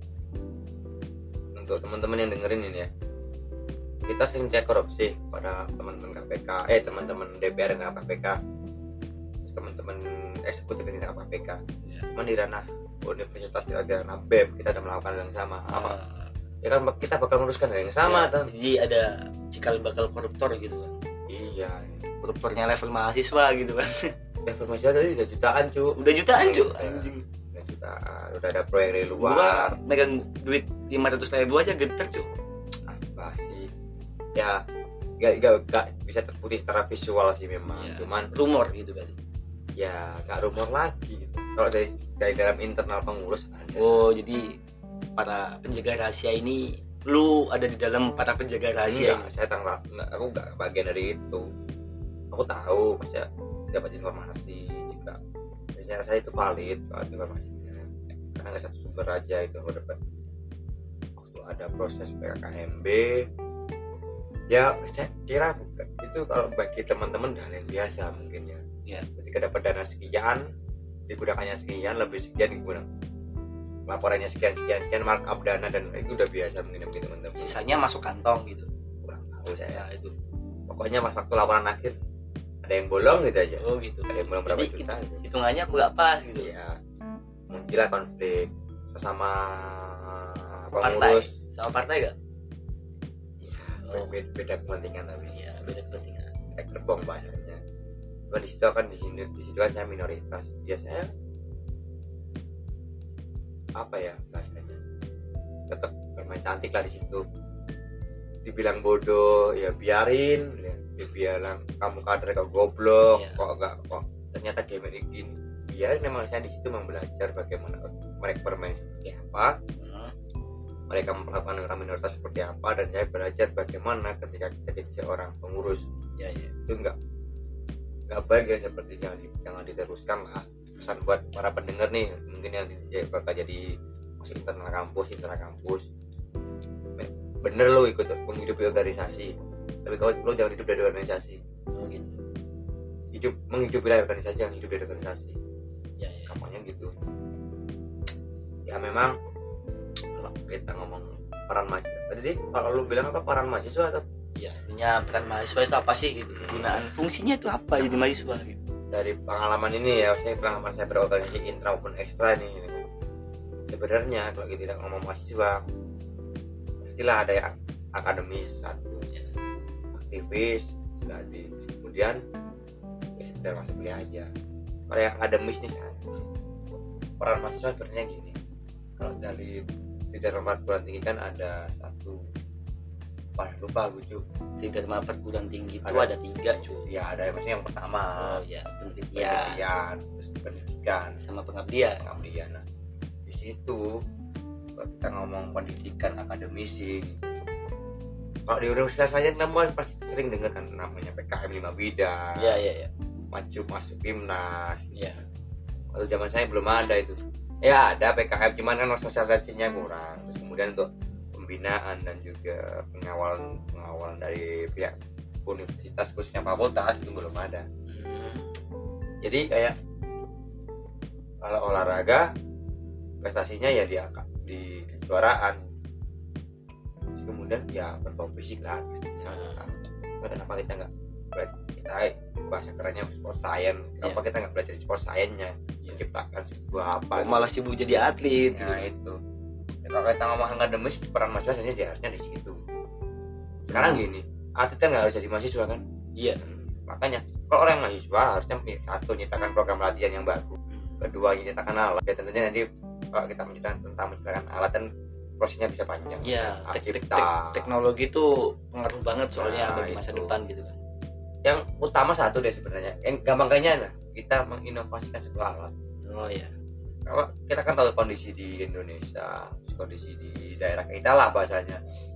Untuk teman-teman yang dengerin ini ya. Kita sering cek korupsi pada teman-teman K P K, eh teman-teman D P R dan K P K. Teman-teman eksekutif ini K P K. Ya. Cuman di ranah universitas di ranah B E M kita ada melakukan hal yang sama. Apa? Uh, ya kan kita bakal meluruskan hal yang sama ya, jadi ada cikal bakal koruptor gitu kan. Iya, koruptornya level mahasiswa gitu kan. Level mahasiswa tadi udah jutaan cu. Udah jutaan cu anjing. Udah jutaan, udah ada proyek dari luar. Gua megang duit lima ratus ribu aja geter cu. Apa sih? Ya gak, gak, gak bisa terputih secara visual sih memang. Ya, cuman rumor gitu kan. Ya gak rumor lagi gitu. Kalau dari dari dalam internal pengurus ada. Oh, jadi para penjaga rahasia ini lu ada di dalam para penjaga rahasia? Enggak, saya tanggal aku nggak bagian dari itu. Aku tahu, maksudnya dapat informasi juga. Biasanya saya itu valid kalau informasinya. Karena nggak satu sumber aja itu aku dapat. Waktu ada proses P K K M B, ya saya kira bukan itu kalau bagi teman-teman hal yang biasa mungkin ya. Ya. Ketika dapat dana sekian, digunakannya sekian, lebih sekian digunakan. Laporannya sekian sekian sekian markup dana dan itu udah biasa mungkin bagi teman-teman. Sisanya masuk kantong gitu. Kurang tahu saya. Nah, itu. Pokoknya pas waktu laporan akhir ada yang bolong gitu aja. Oh gitu. Ada yang bolong berapa jadi, juta. Gitu. Hitungannya aku nggak pas gitu. Iya. Muncullah konflik sama pengurus. Sama partai gak? Iya. Oh. Beda, beda kepentingan tapi. Iya, beda kepentingan. Kayak gerbong bahasanya. Cuma di situ kan di sini di situ kan saya minoritas. Biasanya apa ya bahasanya? Tetap bermain cantik lah di situ. Dibilang bodoh ya biarin, ya. Dibilang kamu kader kau goblok, yeah. kok enggak kok ternyata game ini gini. Biarin, memang saya di situ memang belajar bagaimana mereka bermain seperti apa. Hmm. Mereka memperlakukan orang minoritas seperti apa, dan saya belajar bagaimana ketika kita jadi seorang pengurus. Ya, ya. Itu enggak enggak baik ya, seperti jangan jangan diteruskan lah. Pesan buat para pendengar nih, mungkin yang ya, bakal jadi masuk internal kampus, internal kampus. Bener lo ikut menghidupi organisasi, tapi kalau lo jangan hidup dari organisasi. Oh, gitu. Hidup menghidupi organisasi, jangan hidup dari organisasi. Ya, ya. Kampanye gitu. Ya memang kalau kita ngomong peran mahasiswa, tadi kalau lu bilang apa peran mahasiswa atau? Ya, artinya peran mahasiswa itu apa sih gitu? Gunaan fungsinya itu apa jadi mahasiswa gitu? Dari pengalaman ini ya, saya pengalaman saya berorganisasi intra maupun ekstra nih. Sebenarnya kalau kita tidak ngomong mahasiswa, pastilah ada yang akademis satu, ya. Aktivis, jadi kemudian ya sekedar masuk kuliah aja. Kalau yang akademis nih saya, peran mahasiswa sebenarnya gini. Kalau dari Sidharma perguruan tinggi kan ada satu, apa lupa gue cuy. Sidharma perguruan tinggi itu ada, ada tiga cuy. Ya ada maksudnya yang pertama. Oh ya, penelitian, penelitian, terus pendidikan sama pengabdian. Pengabdian. Nah, di situ kalau kita ngomong pendidikan akademisi, kalau di universitas saja namanya pasti sering dengar kan namanya P K M lima bidang. Iya iya iya. Maju masuk Pimnas. Iya. Kalau zaman saya belum ada itu. Ya ada P K M, cuman kan sosialisasinya kurang. Terus kemudian untuk pembinaan dan juga pengawalan pengawalan dari pihak universitas khususnya fakultas itu belum ada. Hmm. Jadi kayak kalau olahraga prestasinya ya di di kejuaraan. Terus kemudian ya berbau fisik lah. Hmm. Kenapa kita nggak kita bahasa kerennya sport science? Kenapa yeah. kita nggak belajar sport science-nya? Menciptakan sebuah apa? Oh, malah sibuk jadi atlet. Nah gitu. Ya, kalau kita ngomong akademis, peran mahasiswa sebenarnya harusnya di situ. Sekarang hmm. gini, atlet kan nggak harus jadi mahasiswa kan? Iya. Hmm, makanya kalau orang mahasiswa harusnya satu nyiptakan program latihan yang bagus, kedua nyiptakan alat. Ya tentunya nanti kalau kita menciptakan tentang menciptakan alat kan prosesnya bisa panjang. Iya. Tek- tek- tek- teknologi itu pengaruh banget soalnya nah, bagi masa itu. Depan gitu kan. Yang utama satu deh sebenarnya, yang gampang kayaknya lah kita menginovasikan sebuah alat. Oh iya. Kalau kita kan tahu kondisi di Indonesia, kondisi di daerah kita lah bahasanya.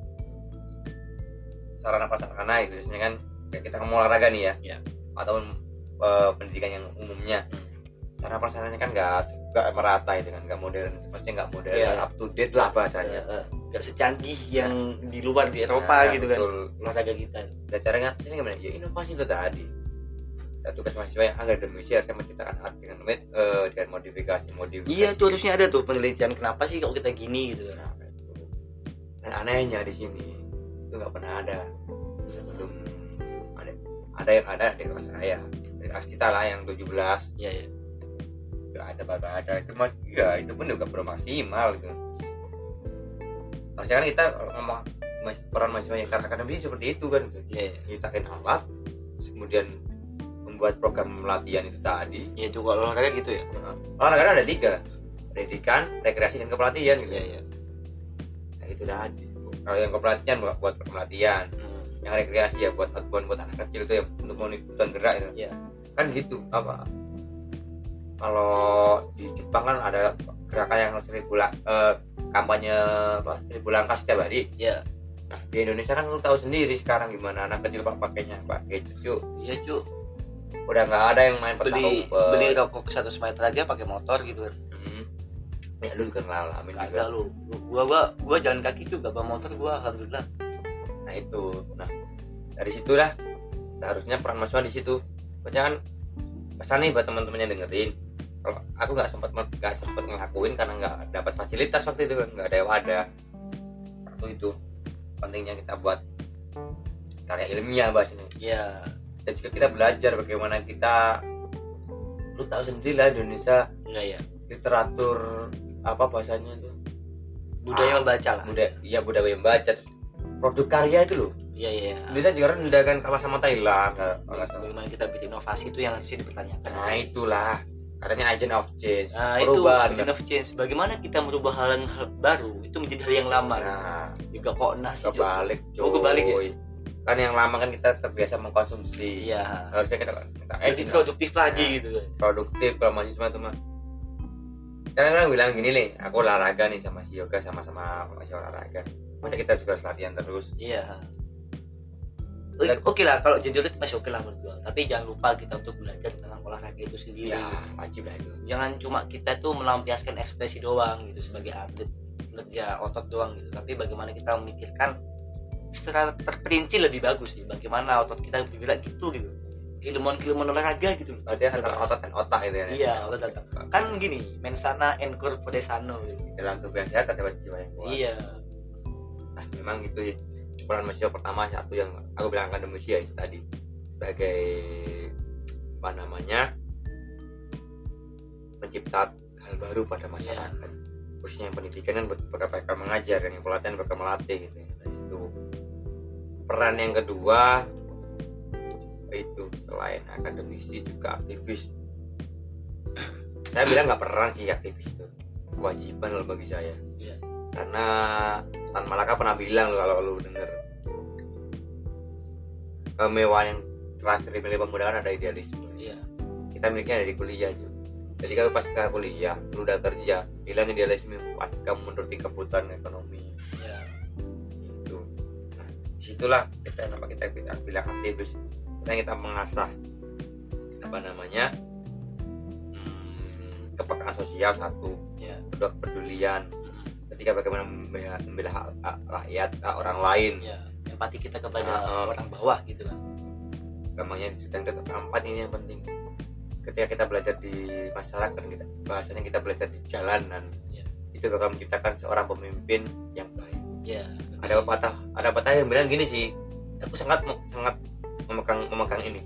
Sarana prasarana itu biasanya kan kita ngomong olahraga nih ya, ya. Atau e, pendidikan yang umumnya. Hmm. Sarana prasarananya kan nggak nggak merata itu kan, nggak modern, maksudnya nggak modern, Iya. up to date lah bahasanya. Eh, eh, nggak secanggih yang di luar di Eropa Nah, gitu kan betul. olahraga kita. Dan cara ngasihnya gimana? Ya inovasi itu tadi. Ya, tugas mahasiswa yang akademisi harusnya menciptakan art dengan uh, dengan modifikasi modifikasi. Iya tuh harusnya ada tuh penelitian kenapa sih kalau kita gini gitu kan. Nah, itu. Dan anehnya di sini itu nggak pernah ada sebelum ada ada yang ada di kelas saya, di kelas kita lah yang tujuh belas. Iya ya. Nggak ada bakal ada itu mas, ya itu pun juga belum maksimal gitu. Maksudnya kan kita ngomong mas- peran mahasiswa yang karena akademisi seperti itu kan, gitu. Iya. Ya. Nyiptain alat, kemudian membuat program latihan itu tadi. Ya tuh kalau olahraga gitu ya. Olahraga ada tiga, pendidikan, rekreasi, dan kepelatihan gitu. Iya ya. Nah itu tadi. Kalau yang kepelatihan buat buat kepelatihan, Hmm. yang rekreasi ya buat buat buat anak kecil itu yang untuk monitor gerak itu. Iya. Kan gitu apa? Kalau di Jepang kan ada gerakan yang seribu lang- eh, kampanye apa seribu langkah setiap hari. Iya. Nah di Indonesia kan lu tahu sendiri sekarang gimana anak kecil pak pakainya pakai cucu. Iya cu. Udah nggak ada yang main petak Beli umpet. beli rokok satu meter aja pakai motor gitu kan. Hmm. Ya lu juga ngalamin juga. Kagak lu. Lu- Gua gua gua jalan kaki juga bawa motor gua alhamdulillah. Nah itu, nah dari situlah seharusnya peran mahasiswa di situ. Soalnya kan pesan nih buat teman-teman yang dengerin. Kalau aku nggak sempat nggak sempat ngelakuin karena nggak dapat fasilitas waktu itu, nggak ada wadah. Waktu itu pentingnya kita buat karya ilmiah bahasanya. Iya. Dan juga kita belajar bagaimana kita, lu tahu sendiri lah Indonesia Iya ya. literatur apa bahasanya itu Budaya Ah, membaca lah. budaya, iya budaya membaca, terus produk karya itu loh. Iya iya. Indonesia juga rendah kan kalah sama Thailand. Kalah sama- Bagaimana kita bikin inovasi itu yang harusnya dipertanyakan. Nah itulah katanya agent of change, Nah itu perubahan. agent of change. Bagaimana kita merubah hal yang hal baru itu menjadi hal yang lama. Nah Juga kok nasi. Cuk. kebalik Oh, kebalik ya? coy. Kan yang lama kan kita terbiasa mengkonsumsi. Iya. Harusnya kita kita Jadi agent of- produktif lagi Nah. gitu kan. produktif kalau mahasiswa tuh mah. Karena orang bilang gini nih, aku olahraga nih sama si Yoga sama-sama mahasiswa olahraga. Masa kita juga harus latihan terus. Iya. Oke oke lah kalau jujur itu masih oke lah menurut gua. Tapi jangan lupa kita untuk belajar tentang olahraga itu sendiri. Ya wajib lah itu. Jangan cuma kita tuh melampiaskan ekspresi doang gitu sebagai atlet kerja otot doang gitu. Tapi bagaimana kita memikirkan secara terperinci lebih bagus sih. Bagaimana otot kita bergerak gitu gitu. Keilmuan-keilmuan olahraga gitu. Berarti antara otot dan otak itu ya. Iya, otot dan otak. Kan gini, mensana en corpore sano gitu. Dalam tubuh yang sehat ada jiwa yang kuat. Iya. Nah memang gitu ya. Peran mahasiswa pertama satu yang aku bilang akademisi ya itu tadi sebagai apa namanya pencipta hal baru pada masyarakat, khususnya yang pendidikan kan bakal bakal mengajar, yang pelatihan bakal melatih gitu. Nah, itu peran yang kedua itu selain akademisi juga aktivis. Saya bilang nggak peran sih aktivis itu, kewajiban loh bagi saya. Iya. Karena Tan Malaka pernah bilang loh kalau lu denger, kemewahan yang terakhir dimiliki pemuda kan ada idealisme. Iya. Kita miliknya dari kuliah juga. Jadi kalau pas ke kuliah lu udah kerja, hilang idealisme pas kamu menuruti kebutuhan ekonomi Iya. itu. Nah, disitulah kita apa kita, kita bilang aktivis. Kita kita mengasah apa namanya hmm, kepekaan sosial satu, Iya. kedua kepedulian, ketika bagaimana membela, membela hak- hak rakyat hak orang lain. Iya. Empati kita kepada Ah, ah. orang bawah gitu kan. Gampangnya sedang dekat empat ini yang penting. Ketika kita belajar di masyarakat, kita bahasanya kita belajar di jalanan, Iya. itu bakal menciptakan seorang pemimpin yang baik. Iya. Ada pepatah, ada pepatah yang bilang gini sih, aku sangat sangat memegang memegang ini.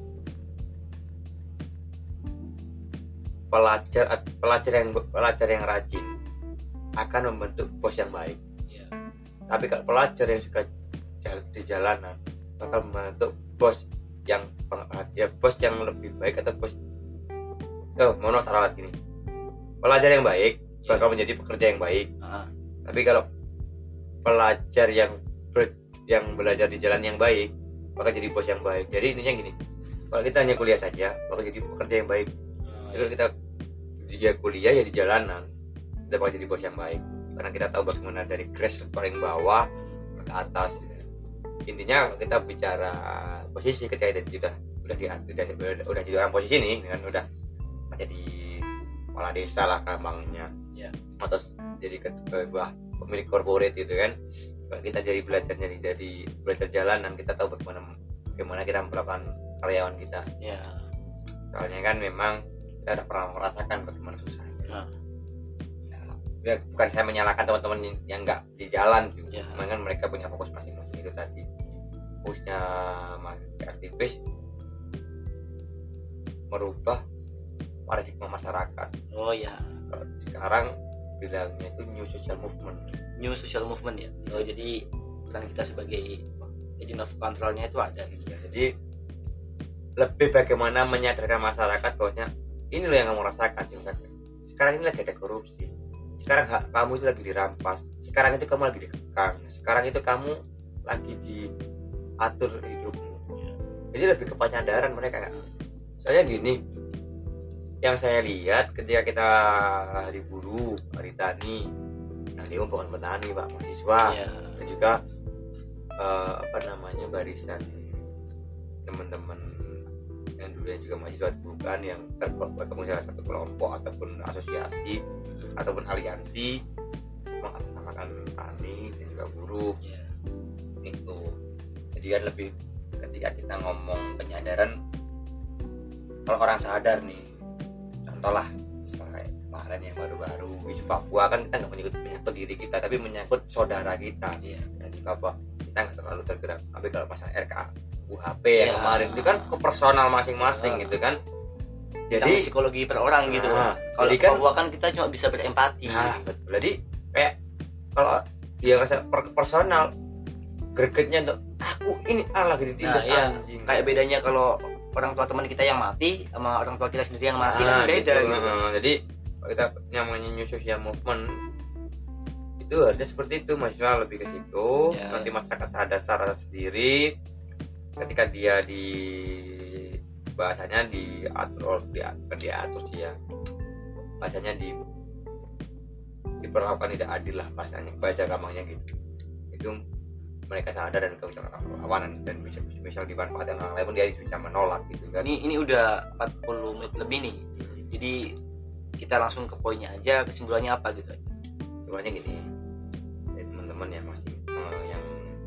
Pelajar pelajar yang pelajar yang rajin akan membentuk bos yang baik. Iya. Tapi kalau pelajar yang suka jal- di jalanan bakal membentuk bos yang peng- ya bos yang lebih baik atau bos oh mono salah gini. Pelajar yang baik bakal menjadi pekerja yang baik. Ah, Tapi kalau pelajar yang ber, yang belajar di jalan yang baik bakal jadi bos yang baik. Jadi intinya gini, kalau kita hanya kuliah saja bakal jadi pekerja yang baik. ah, Jadi kalau kita dia kuliah ya di jalanan, kita bakal jadi bos yang baik. Karena kita tahu bagaimana dari grass paling bawah ke atas. Intinya kita bicara posisi ketika kita sudah udah di udah, udah, udah jadi orang posisi nih, dengan udah menjadi kepala desa lah gampangnya, ya. atau jadi ketua pemilik korporat gitu kan. Kalau kita jadi belajar jadi jadi belajar jalanan, kita tahu bagaimana bagaimana kita melakukan karyawan kita. Ya. Soalnya kan memang kita udah pernah merasakan bagaimana susahnya. Nah. Ya, bukan saya menyalahkan teman-teman yang nggak di jalan juga, Ya. cuman kan mereka punya fokus masing-masing itu tadi. Fokusnya aktivis merubah paradigma masyarakat. Oh ya. Kalau sekarang bilangnya itu new social movement. New social movement ya. Oh, jadi peran kita sebagai agent of controlnya itu ada gitu. Ya, jadi lebih bagaimana menyadarkan masyarakat bahwasanya ini loh yang kamu rasakan. Sekarang ini lagi ada korupsi. Sekarang hak kamu itu lagi dirampas. Sekarang itu kamu lagi dikekang. Sekarang itu kamu lagi diatur hidupmu. Ya. Jadi lebih ke penyadaran mereka. Soalnya gini, yang saya lihat ketika kita hari buruh, hari tani, nah dia bukan petani pak, mahasiswa, Ya. dan juga eh, apa namanya barisan teman-teman yang dulu juga mahasiswa bukan yang tergabung salah satu kelompok ataupun asosiasi ataupun aliansi mengatasnamakan tani dan juga buruh. Ya. Itu jadi kan lebih ketika kita ngomong penyadaran, kalau orang sadar nih, contoh lah misalnya kayak kemarin yang baru-baru isu Papua kan kita nggak menyangkut menyangkut diri kita tapi menyangkut saudara kita. Iya. Dan di Papua kita nggak terlalu tergerak, tapi kalau masalah R K U H P yang Ya. kemarin itu kan ke personal masing-masing Ya. gitu kan. Jadi Jadi psikologi per orang gitu. Nah, Kalau jadi kan- Papua kan kita cuma bisa berempati. nah betul. Jadi kayak kalau dia ngerasa per personal gregetnya untuk aku ini ah lagi ditindas Nah, iya. anjing. Kayak bedanya kalau orang tua teman kita yang mati sama orang tua kita sendiri yang mati Ah, kan beda gitu. gitu. Nah, jadi kalau kita namanya new social movement itu harusnya seperti itu, mahasiswa lebih ke situ. Ya. Nanti masyarakat sadar secara sendiri ketika dia di bahasanya diatur diatur diatur sih ya, bahasanya di diperlakukan tidak adil lah bahasanya, bahasa gampangnya gitu. Itu mereka sadar dan bisa lawanan dan bisa misal dimanfaatkan orang lain pun dia bisa menolak gitu kan. Ini ini udah empat puluh menit lebih nih. Jadi kita langsung ke poinnya aja, kesimpulannya apa gitu. Sebenarnya gini, ya, teman-teman yang masih eh, yang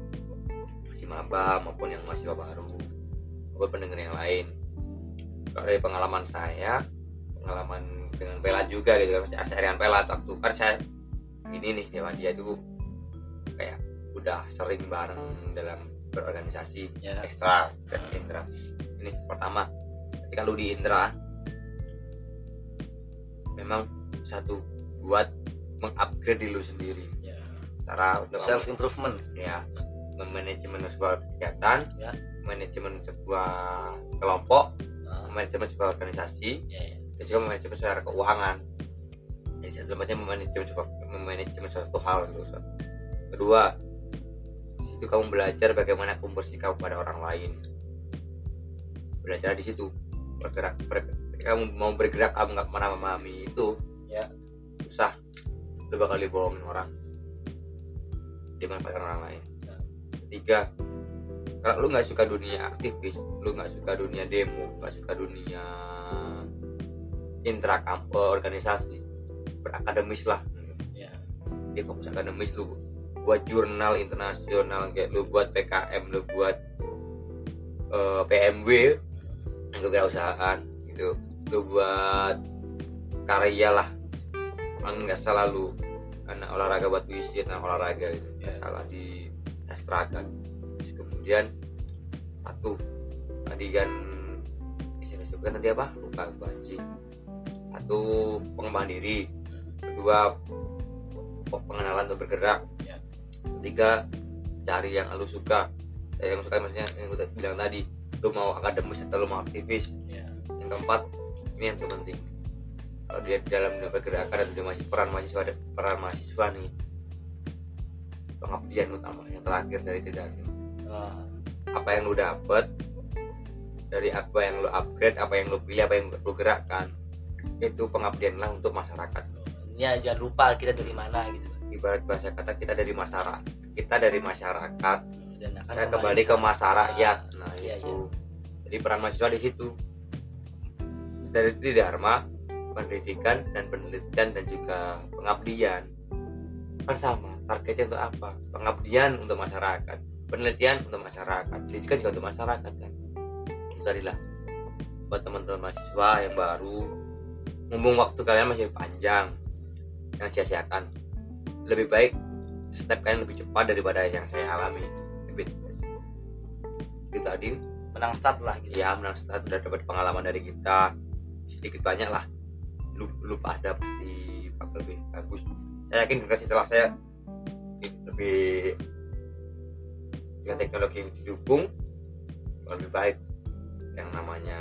masih maba maupun yang masih baru maupun pendengar yang lain, kalau dari pengalaman saya, pengalaman dengan Pelat juga gitu kan, masih dengan Pelat waktu kan saya ini nih sama dia itu kayak udah sering bareng dalam berorganisasi Ya. ekstra dan intra. Ini pertama, ketika lu di intra memang satu buat mengupgrade diri lu sendiri, Ya. cara untuk Self improvement. ya memanajemen sebuah kegiatan, Ya. manajemen sebuah kelompok, Nah, manajemen sebuah organisasi, ya, ya. dan juga manajemen secara keuangan. Jadi satu macam memanajemen sebuah memanajemen suatu hal gitu. Kedua, di situ kamu belajar bagaimana kamu bersikap pada orang lain. Belajar di situ, bergerak, bergerak. Ketika kamu mau bergerak, kamu nggak pernah memahami itu, Ya. susah. Lu bakal dibohongin orang, dimanfaatkan orang lain. Ya. Ketiga, kalau lu nggak suka dunia aktivis, lu nggak suka dunia demo, nggak suka dunia intra kampus organisasi, berakademis lah. Ya. Jadi fokus akademis, lu buat jurnal internasional, kayak lu buat P K M, lu buat uh, P M W, kewirausahaan gitu, lu buat karya lah. Emang nggak salah lu anak olahraga buat puisi, anak olahraga gitu, nggak salah di sastrakan. Terus kemudian satu tadi kan disebutkan tadi apa, lupa banci. Satu pengembangan diri, kedua pengenalan untuk bergerak, Ya. ketiga cari yang lu suka. Saya yang suka maksudnya yang gue bilang tadi, lu mau akademis atau lu mau aktivis. Ya. Yang keempat, ini yang terpenting, kalau dia dalam dunia pergerakan dan dia masih peran mahasiswa peran mahasiswa nih, pengabdian utama yang terakhir dari tidak Nah, apa yang lu dapat dari apa yang lu upgrade, apa yang lu pilih, apa yang lu gerakkan, itu pengabdian lah untuk masyarakat. ya jangan lupa kita dari mana gitu. Ibarat bahasa kata kita dari masyarakat, kita dari masyarakat, Dan akan kita kembali ke masyarakat. Nah Iya, itu, jadi peran mahasiswa di situ. Dari Tridharma pendidikan dan penelitian dan juga pengabdian kan sama, targetnya untuk apa? Pengabdian untuk masyarakat, penelitian untuk masyarakat, pendidikan juga untuk masyarakat kan. Carilah buat teman-teman mahasiswa yang baru, mumpung waktu kalian masih panjang, yang sia-siakan. Lebih baik step kalian lebih cepat daripada yang saya alami. Lebih itu tadi menang start lah gitu. Ya, menang start, udah dapat pengalaman dari kita sedikit banyak lah. Lupa ada pasti lebih bagus. Saya yakin generasi setelah saya lebih dengan teknologi yang didukung lebih baik yang namanya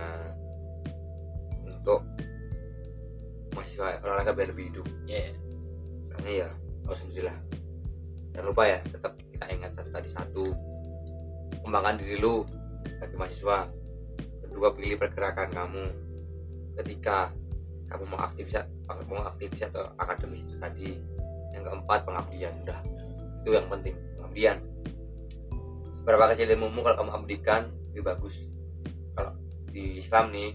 untuk mahasiswa olahraga biar lebih hidup. Yeah. Karena ya alhamdulillah. Jangan lupa ya, tetap kita ingat tadi satu, kembangkan diri lu sebagai mahasiswa. Kedua, pilih pergerakan kamu ketika kamu mau aktivis mau aktivis atau akademis itu tadi. Yang keempat, pengabdian. Udah, itu yang penting, pengabdian. Seberapa kecil ilmumu, kalau kamu abdikan lebih bagus. Kalau di Islam nih,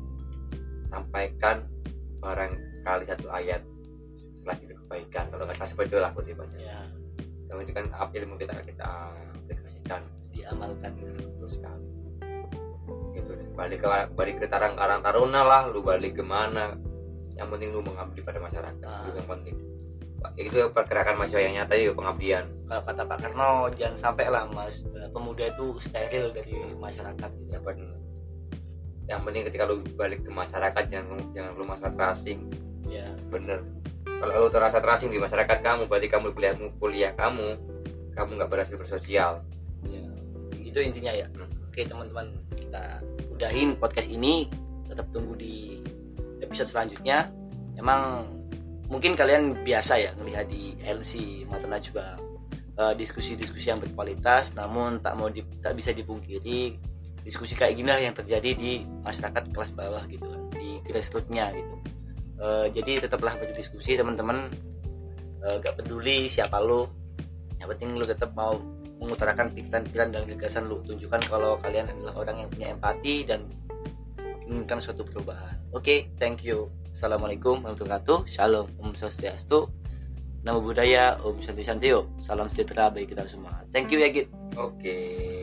sampaikan barangkali satu ayat setelah itu kebaikan. Kalau nggak salah seperti itulah kutipannya. Ya. Yang itu kan ilmu kita kita aplikasikan, diamalkan terus sekali. Gitu deh. Balik ke balik ke Karang Karang Taruna lah, lu balik kemana? Yang penting lu mengabdi pada masyarakat. Nah. Itu yang penting. Itu pergerakan mahasiswa yang nyata itu pengabdian. Kalau kata Pak Karno, jangan sampai lah mas pemuda itu steril dari masyarakat gitu. Ya benar. Yang penting ketika lu balik ke masyarakat jangan jangan lu masyarakat terasing. Ya. Bener. Kalau lu terasa terasing di masyarakat kamu, berarti kamu kuliah kuliah kamu, kamu nggak berhasil bersosial. Ya. Itu intinya ya. Hmm. Oke teman-teman, kita udahin podcast ini. Tetap tunggu di episode selanjutnya. Emang mungkin kalian biasa ya melihat di L C Mata Najwa uh, diskusi-diskusi yang berkualitas, namun tak mau di, tak bisa dipungkiri diskusi kayak gini lah yang terjadi di masyarakat kelas bawah gitu kan, di grassroots-nya gitu. Uh, jadi tetaplah berdiskusi teman-teman, uh, gak peduli siapa lu, yang penting lu tetap mau mengutarakan pikiran-pikiran dan gagasan lu, tunjukkan kalau kalian adalah orang yang punya empati dan inginkan suatu perubahan. Oke, okay, thank you. Assalamualaikum warahmatullahi wabarakatuh. Shalom, Om Swastiastu, Namo Buddhaya, Om Santi Santio. Salam sejahtera bagi kita semua. Thank you ya Git. Oke. Okay.